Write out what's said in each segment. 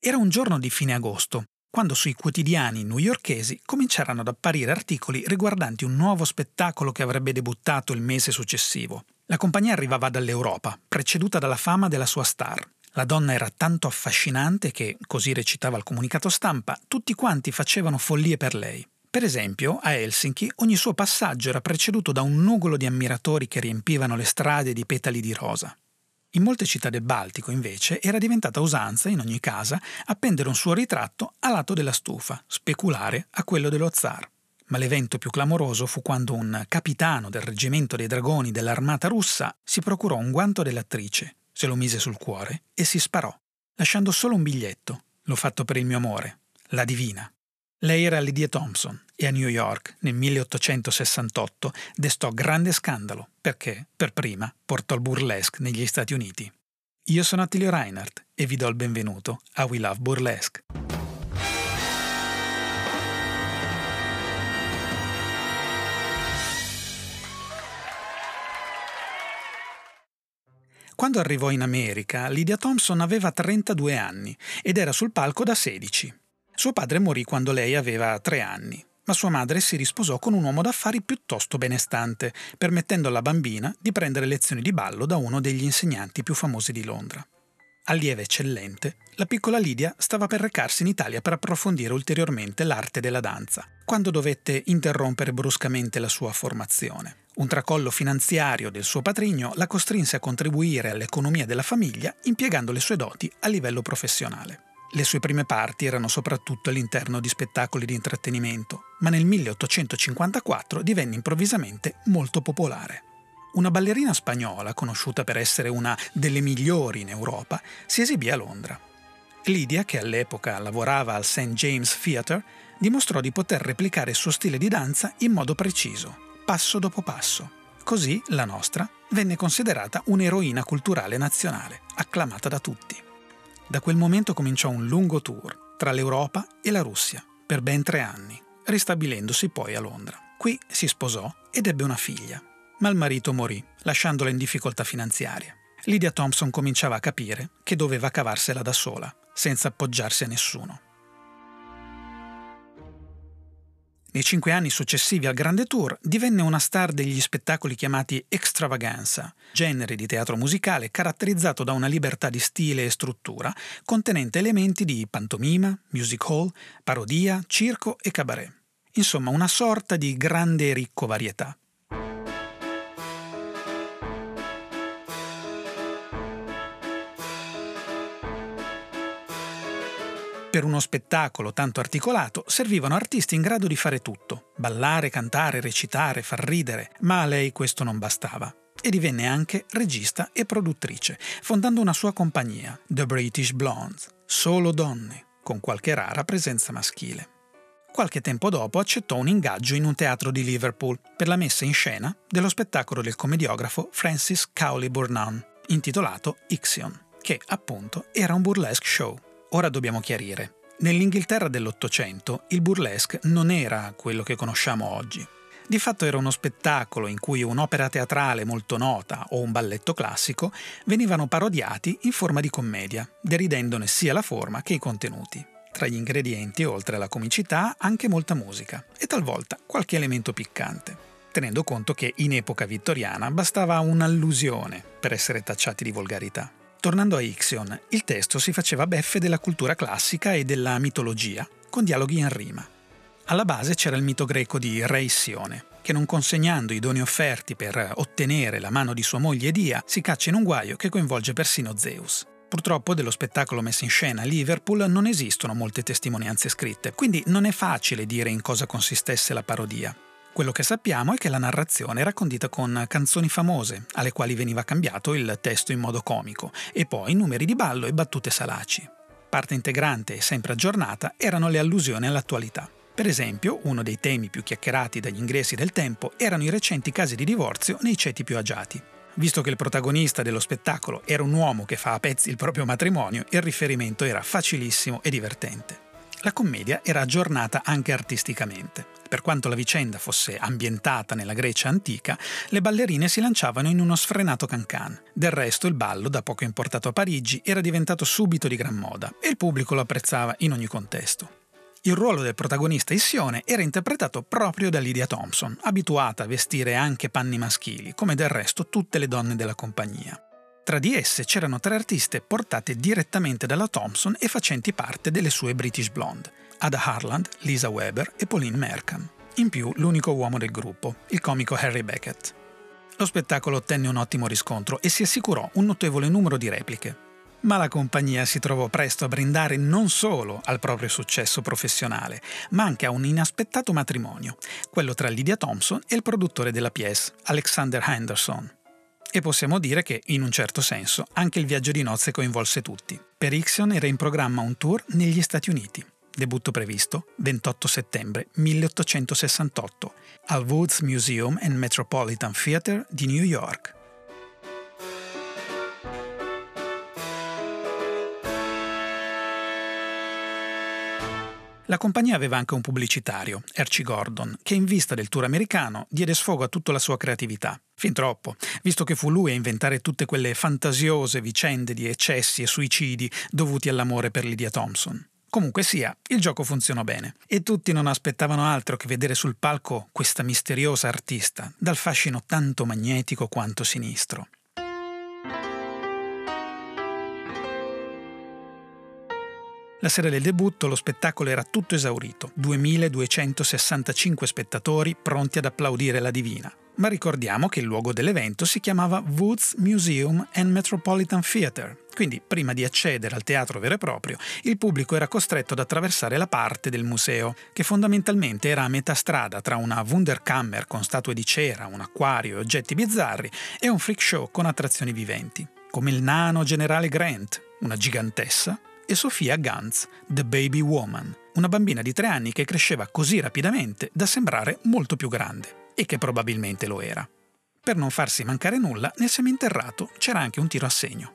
Era un giorno di fine agosto, quando sui quotidiani newyorkesi cominciarono ad apparire articoli riguardanti un nuovo spettacolo che avrebbe debuttato il mese successivo. La compagnia arrivava dall'Europa, preceduta dalla fama della sua star. La donna era tanto affascinante che, così recitava il comunicato stampa, tutti quanti facevano follie per lei. Per esempio, a Helsinki ogni suo passaggio era preceduto da un nugolo di ammiratori che riempivano le strade di petali di rosa. In molte città del Baltico, invece, era diventata usanza, in ogni casa, appendere un suo ritratto a lato della stufa, speculare a quello dello zar. Ma l'evento più clamoroso fu quando un capitano del reggimento dei dragoni dell'armata russa si procurò un guanto dell'attrice, se lo mise sul cuore e si sparò, lasciando solo un biglietto. L'ho fatto per il mio amore, la divina. Lei era Lydia Thompson e a New York, nel 1868, destò grande scandalo perché, per prima, portò il burlesque negli Stati Uniti. Io sono Attilio Reinhardt e vi do il benvenuto a We Love Burlesque. Quando arrivò in America, Lydia Thompson aveva 32 anni ed era sul palco da 16. Suo padre morì quando lei aveva 3 anni, ma sua madre si risposò con un uomo d'affari piuttosto benestante, permettendo alla bambina di prendere lezioni di ballo da uno degli insegnanti più famosi di Londra. Allieva eccellente, la piccola Lydia stava per recarsi in Italia per approfondire ulteriormente l'arte della danza, quando dovette interrompere bruscamente la sua formazione. Un tracollo finanziario del suo patrigno la costrinse a contribuire all'economia della famiglia impiegando le sue doti a livello professionale. Le sue prime parti erano soprattutto all'interno di spettacoli di intrattenimento, ma nel 1854 divenne improvvisamente molto popolare. Una ballerina spagnola, conosciuta per essere una delle migliori in Europa, si esibì a Londra. Lydia, che all'epoca lavorava al St. James Theatre, dimostrò di poter replicare il suo stile di danza in modo preciso, passo dopo passo. Così la nostra venne considerata un'eroina culturale nazionale, acclamata da tutti. Da quel momento cominciò un lungo tour tra l'Europa e la Russia, per ben 3 anni, ristabilendosi poi a Londra. Qui si sposò ed ebbe una figlia, ma il marito morì, lasciandola in difficoltà finanziarie. Lydia Thompson cominciava a capire che doveva cavarsela da sola, senza appoggiarsi a nessuno. Nei 5 anni successivi al grande tour divenne una star degli spettacoli chiamati extravaganza, genere di teatro musicale caratterizzato da una libertà di stile e struttura, contenente elementi di pantomima, music hall, parodia, circo e cabaret. Insomma, una sorta di grande e ricco varietà. Per uno spettacolo tanto articolato servivano artisti in grado di fare tutto: ballare, cantare, recitare, far ridere, ma a lei questo non bastava. E divenne anche regista e produttrice, fondando una sua compagnia, The British Blondes, solo donne, con qualche rara presenza maschile. Qualche tempo dopo accettò un ingaggio in un teatro di Liverpool per la messa in scena dello spettacolo del commediografo Francis Cowley Burnham, intitolato Ixion, che appunto era un burlesque show. Ora dobbiamo chiarire. Nell'Inghilterra dell'Ottocento il burlesque non era quello che conosciamo oggi. Di fatto era uno spettacolo in cui un'opera teatrale molto nota o un balletto classico venivano parodiati in forma di commedia, deridendone sia la forma che i contenuti. Tra gli ingredienti, oltre alla comicità, anche molta musica e talvolta qualche elemento piccante, tenendo conto che in epoca vittoriana bastava un'allusione per essere tacciati di volgarità. Tornando a Ixion, il testo si faceva beffe della cultura classica e della mitologia, con dialoghi in rima. Alla base c'era il mito greco di Re Issione, che non consegnando i doni offerti per ottenere la mano di sua moglie Dia, si caccia in un guaio che coinvolge persino Zeus. Purtroppo dello spettacolo messo in scena a Liverpool non esistono molte testimonianze scritte, quindi non è facile dire in cosa consistesse la parodia. Quello che sappiamo è che la narrazione era condita con canzoni famose, alle quali veniva cambiato il testo in modo comico, e poi numeri di ballo e battute salaci. Parte integrante e sempre aggiornata erano le allusioni all'attualità. Per esempio, uno dei temi più chiacchierati dagli inglesi del tempo erano i recenti casi di divorzio nei ceti più agiati. Visto che il protagonista dello spettacolo era un uomo che fa a pezzi il proprio matrimonio, il riferimento era facilissimo e divertente. La commedia era aggiornata anche artisticamente. Per quanto la vicenda fosse ambientata nella Grecia antica, le ballerine si lanciavano in uno sfrenato cancan. Del resto il ballo, da poco importato a Parigi, era diventato subito di gran moda e il pubblico lo apprezzava in ogni contesto. Il ruolo del protagonista Issione era interpretato proprio da Lydia Thompson, abituata a vestire anche panni maschili, come del resto tutte le donne della compagnia. Tra di esse c'erano 3 artiste portate direttamente dalla Thompson e facenti parte delle sue British Blonde: Ada Harland, Lisa Weber e Pauline Merkham. In più l'unico uomo del gruppo, il comico Harry Beckett. Lo spettacolo ottenne un ottimo riscontro e si assicurò un notevole numero di repliche. Ma la compagnia si trovò presto a brindare non solo al proprio successo professionale, ma anche a un inaspettato matrimonio, quello tra Lydia Thompson e il produttore della pièce, Alexander Henderson. E possiamo dire che, in un certo senso, anche il viaggio di nozze coinvolse tutti. Per Ixion era in programma un tour negli Stati Uniti. Debutto previsto 28 settembre 1868 al Woods Museum and Metropolitan Theatre di New York. La compagnia aveva anche un pubblicitario, Archie Gordon, che in vista del tour americano diede sfogo a tutta la sua creatività. Fin troppo, visto che fu lui a inventare tutte quelle fantasiose vicende di eccessi e suicidi dovuti all'amore per Lydia Thompson. Comunque sia, il gioco funzionò bene e tutti non aspettavano altro che vedere sul palco questa misteriosa artista, dal fascino tanto magnetico quanto sinistro. La sera del debutto lo spettacolo era tutto esaurito, 2265 spettatori pronti ad applaudire la divina. Ma ricordiamo che il luogo dell'evento si chiamava Woods Museum and Metropolitan Theatre, quindi prima di accedere al teatro vero e proprio, il pubblico era costretto ad attraversare la parte del museo, che fondamentalmente era a metà strada tra una Wunderkammer con statue di cera, un acquario e oggetti bizzarri e un freak show con attrazioni viventi, come il nano generale Grant, una gigantessa, e Sophia Ganz, The Baby Woman, una bambina di 3 anni che cresceva così rapidamente da sembrare molto più grande, e che probabilmente lo era. Per non farsi mancare nulla, nel seminterrato c'era anche un tiro a segno.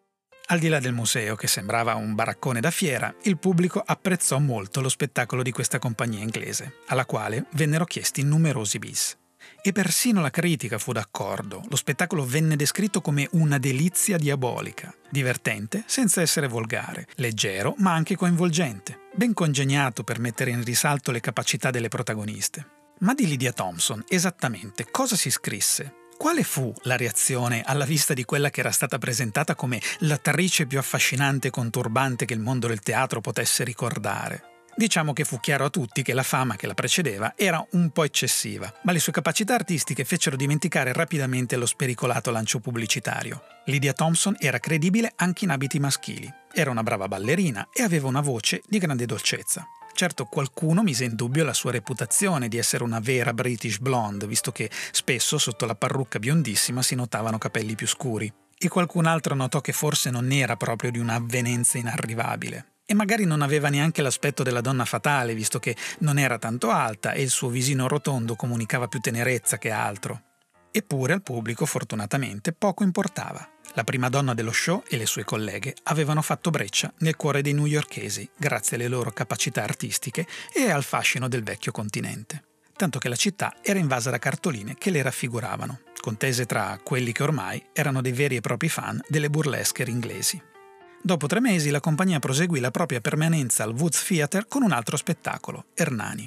Al di là del museo, che sembrava un baraccone da fiera, il pubblico apprezzò molto lo spettacolo di questa compagnia inglese, alla quale vennero chiesti numerosi bis. E persino la critica fu d'accordo. Lo spettacolo venne descritto come una delizia diabolica, divertente senza essere volgare, leggero ma anche coinvolgente, ben congegnato per mettere in risalto le capacità delle protagoniste. Ma di Lydia Thompson, esattamente cosa si scrisse? Quale fu la reazione alla vista di quella che era stata presentata come l'attrice più affascinante e conturbante che il mondo del teatro potesse ricordare? Diciamo che fu chiaro a tutti che la fama che la precedeva era un po' eccessiva, ma le sue capacità artistiche fecero dimenticare rapidamente lo spericolato lancio pubblicitario. Lydia Thompson era credibile anche in abiti maschili, era una brava ballerina e aveva una voce di grande dolcezza. Certo, qualcuno mise in dubbio la sua reputazione di essere una vera British blonde, visto che spesso sotto la parrucca biondissima si notavano capelli più scuri. E qualcun altro notò che forse non era proprio di un'avvenenza inarrivabile. E magari non aveva neanche l'aspetto della donna fatale, visto che non era tanto alta e il suo visino rotondo comunicava più tenerezza che altro. Eppure al pubblico, fortunatamente, poco importava. La prima donna dello show e le sue colleghe avevano fatto breccia nel cuore dei newyorkesi grazie alle loro capacità artistiche e al fascino del vecchio continente. Tanto che la città era invasa da cartoline che le raffiguravano, contese tra quelli che ormai erano dei veri e propri fan delle burlesche inglesi. Dopo 3 mesi la compagnia proseguì la propria permanenza al Woods Theatre con un altro spettacolo, Hernani.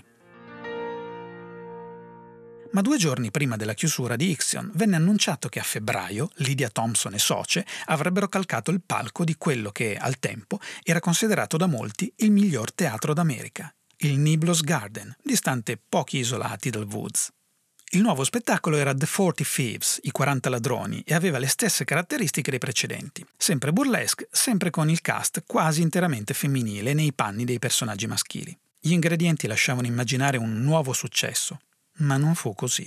Ma 2 giorni prima della chiusura di Ixion venne annunciato che a febbraio Lydia Thompson e socie avrebbero calcato il palco di quello che, al tempo, era considerato da molti il miglior teatro d'America, il Niblo's Garden, distante pochi isolati dal Woods. Il nuovo spettacolo era The 40 Thieves, i 40 ladroni, e aveva le stesse caratteristiche dei precedenti. Sempre burlesque, sempre con il cast quasi interamente femminile nei panni dei personaggi maschili. Gli ingredienti lasciavano immaginare un nuovo successo, ma non fu così.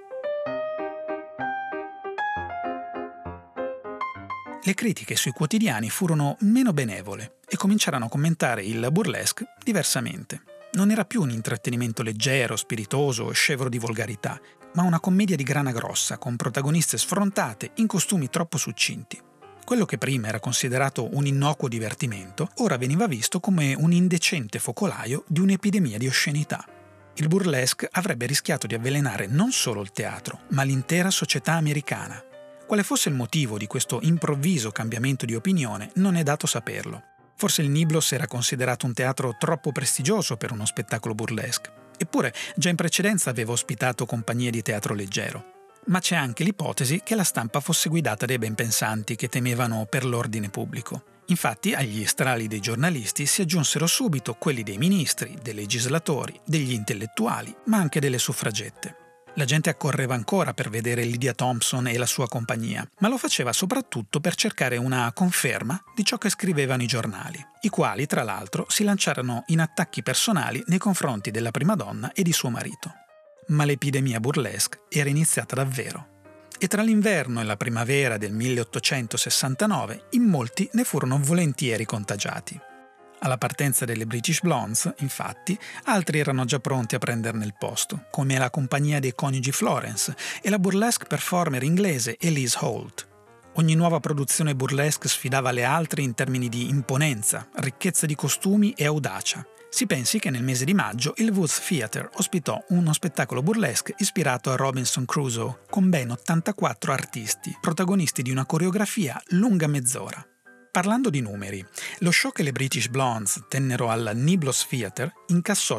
Le critiche sui quotidiani furono meno benevole e cominciarono a commentare il burlesque diversamente. Non era più un intrattenimento leggero, spiritoso o scevro di volgarità, ma una commedia di grana grossa, con protagoniste sfrontate in costumi troppo succinti. Quello che prima era considerato un innocuo divertimento, ora veniva visto come un indecente focolaio di un'epidemia di oscenità. Il burlesque avrebbe rischiato di avvelenare non solo il teatro, ma l'intera società americana. Quale fosse il motivo di questo improvviso cambiamento di opinione non è dato saperlo. Forse il Niblos era considerato un teatro troppo prestigioso per uno spettacolo burlesque. Eppure già in precedenza aveva ospitato compagnie di teatro leggero. Ma c'è anche l'ipotesi che la stampa fosse guidata dai ben pensanti che temevano per l'ordine pubblico. Infatti agli strali dei giornalisti si aggiunsero subito quelli dei ministri, dei legislatori, degli intellettuali, ma anche delle suffragette. La gente accorreva ancora per vedere Lydia Thompson e la sua compagnia, ma lo faceva soprattutto per cercare una conferma di ciò che scrivevano i giornali, i quali, tra l'altro, si lanciarono in attacchi personali nei confronti della prima donna e di suo marito. Ma l'epidemia burlesque era iniziata davvero. E tra l'inverno e la primavera del 1869 in molti ne furono volentieri contagiati. Alla partenza delle British Blondes, infatti, altri erano già pronti a prenderne il posto, come la compagnia dei coniugi Florence e la burlesque performer inglese Elise Holt. Ogni nuova produzione burlesque sfidava le altre in termini di imponenza, ricchezza di costumi e audacia. Si pensi che nel mese di maggio il Woods Theatre ospitò uno spettacolo burlesque ispirato a Robinson Crusoe, con ben 84 artisti, protagonisti di una coreografia lunga mezz'ora. Parlando di numeri, lo show che le British Blondes tennero al Niblos Theatre incassò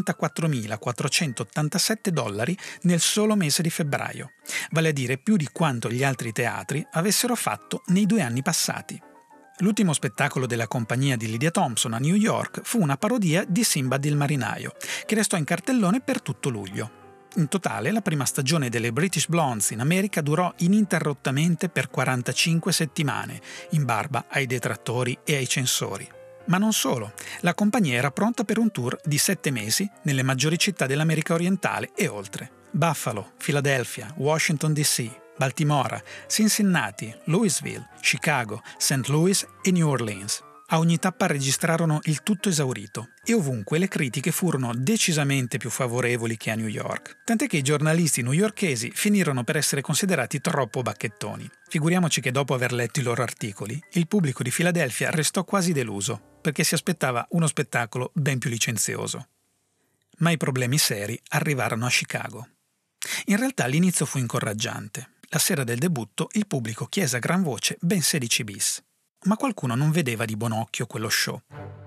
$54.487 nel solo mese di febbraio, vale a dire più di quanto gli altri teatri avessero fatto nei 2 anni passati. L'ultimo spettacolo della compagnia di Lydia Thompson a New York fu una parodia di Sinbad il marinaio, che restò in cartellone per tutto luglio. In totale, la prima stagione delle British Blondes in America durò ininterrottamente per 45 settimane, in barba ai detrattori e ai censori. Ma non solo, la compagnia era pronta per un tour di 7 mesi nelle maggiori città dell'America orientale e oltre. Buffalo, Philadelphia, Washington DC, Baltimora, Cincinnati, Louisville, Chicago, St. Louis e New Orleans. A ogni tappa registrarono il tutto esaurito e ovunque le critiche furono decisamente più favorevoli che a New York, tant'è che i giornalisti newyorkesi finirono per essere considerati troppo bacchettoni. Figuriamoci che dopo aver letto i loro articoli, il pubblico di Filadelfia restò quasi deluso, perché si aspettava uno spettacolo ben più licenzioso. Ma i problemi seri arrivarono a Chicago. In realtà l'inizio fu incoraggiante. La sera del debutto il pubblico chiese a gran voce ben 16 bis. Ma qualcuno non vedeva di buon occhio quello show.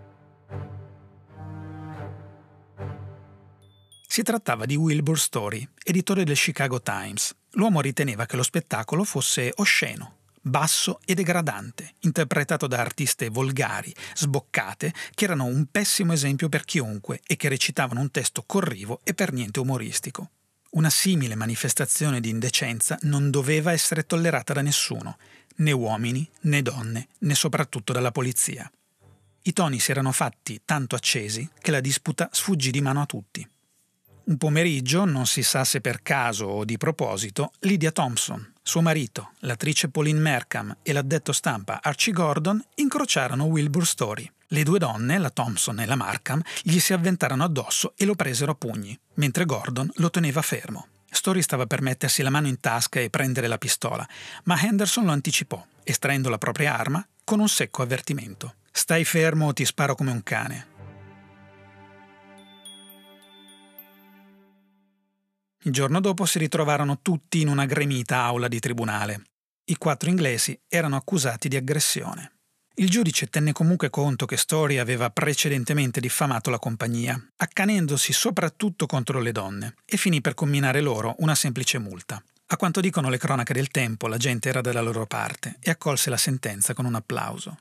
Si trattava di Wilbur Story, editore del Chicago Times. L'uomo riteneva che lo spettacolo fosse osceno, basso e degradante, interpretato da artiste volgari, sboccate, che erano un pessimo esempio per chiunque e che recitavano un testo corrivo e per niente umoristico. Una simile manifestazione di indecenza non doveva essere tollerata da nessuno, né uomini, né donne, né soprattutto dalla polizia. I toni si erano fatti tanto accesi che la disputa sfuggì di mano a tutti. Un pomeriggio, non si sa se per caso o di proposito, Lydia Thompson, suo marito, l'attrice Pauline Markham e l'addetto stampa Archie Gordon incrociarono Wilbur Story. Le due donne, la Thompson e la Markham, gli si avventarono addosso e lo presero a pugni, mentre Gordon lo teneva fermo. Story stava per mettersi la mano in tasca e prendere la pistola, ma Henderson lo anticipò, estraendo la propria arma con un secco avvertimento. «Stai fermo o ti sparo come un cane». Il giorno dopo si ritrovarono tutti in una gremita aula di tribunale. I 4 inglesi erano accusati di aggressione. Il giudice tenne comunque conto che Story aveva precedentemente diffamato la compagnia, accanendosi soprattutto contro le donne, e finì per comminare loro una semplice multa. A quanto dicono le cronache del tempo, la gente era dalla loro parte e accolse la sentenza con un applauso.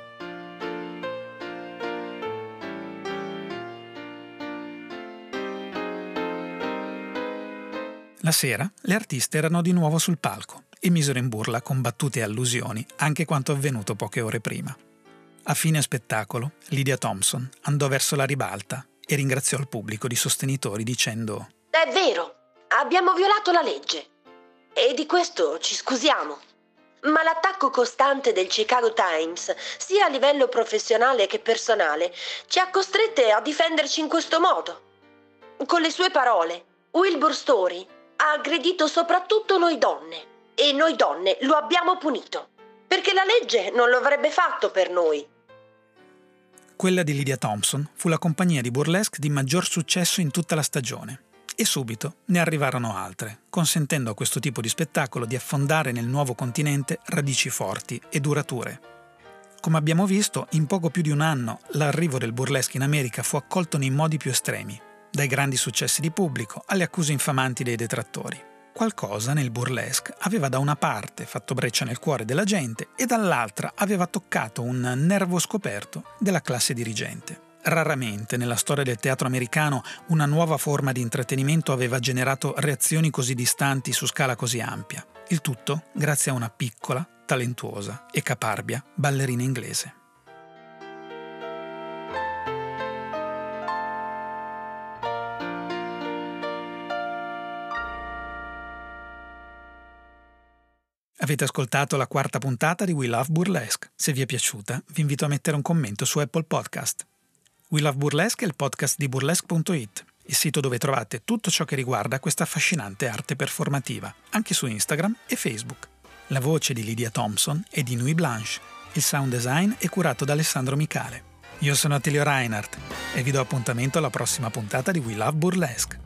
La sera, le artiste erano di nuovo sul palco e misero in burla con battute e allusioni anche quanto avvenuto poche ore prima. A fine spettacolo, Lydia Thompson andò verso la ribalta e ringraziò il pubblico di sostenitori dicendo: «È vero, abbiamo violato la legge e di questo ci scusiamo. Ma l'attacco costante del Chicago Times, sia a livello professionale che personale, ci ha costrette a difenderci in questo modo. Con le sue parole, Wilbur Story ha aggredito soprattutto noi donne e noi donne lo abbiamo punito. perché la legge non lo avrebbe fatto per noi. Quella di Lydia Thompson fu la compagnia di burlesque di maggior successo in tutta la stagione. E subito ne arrivarono altre, consentendo a questo tipo di spettacolo di affondare nel nuovo continente radici forti e durature. Come abbiamo visto, in poco più di un anno l'arrivo del burlesque in America fu accolto nei modi più estremi, dai grandi successi di pubblico alle accuse infamanti dei detrattori. Qualcosa nel burlesque aveva da una parte fatto breccia nel cuore della gente e dall'altra aveva toccato un nervo scoperto della classe dirigente. Raramente nella storia del teatro americano una nuova forma di intrattenimento aveva generato reazioni così distanti su scala così ampia. Il tutto grazie a una piccola, talentuosa e caparbia ballerina inglese. Avete ascoltato la 4ª puntata di We Love Burlesque. Se vi è piaciuta, vi invito a mettere un commento su Apple Podcast. We Love Burlesque è il podcast di burlesque.it, il sito dove trovate tutto ciò che riguarda questa affascinante arte performativa, anche su Instagram e Facebook. La voce di Lydia Thompson è di Nuit Blanche. Il sound design è curato da Alessandro Micale. Io sono Attilio Reinhardt e vi do appuntamento alla prossima puntata di We Love Burlesque.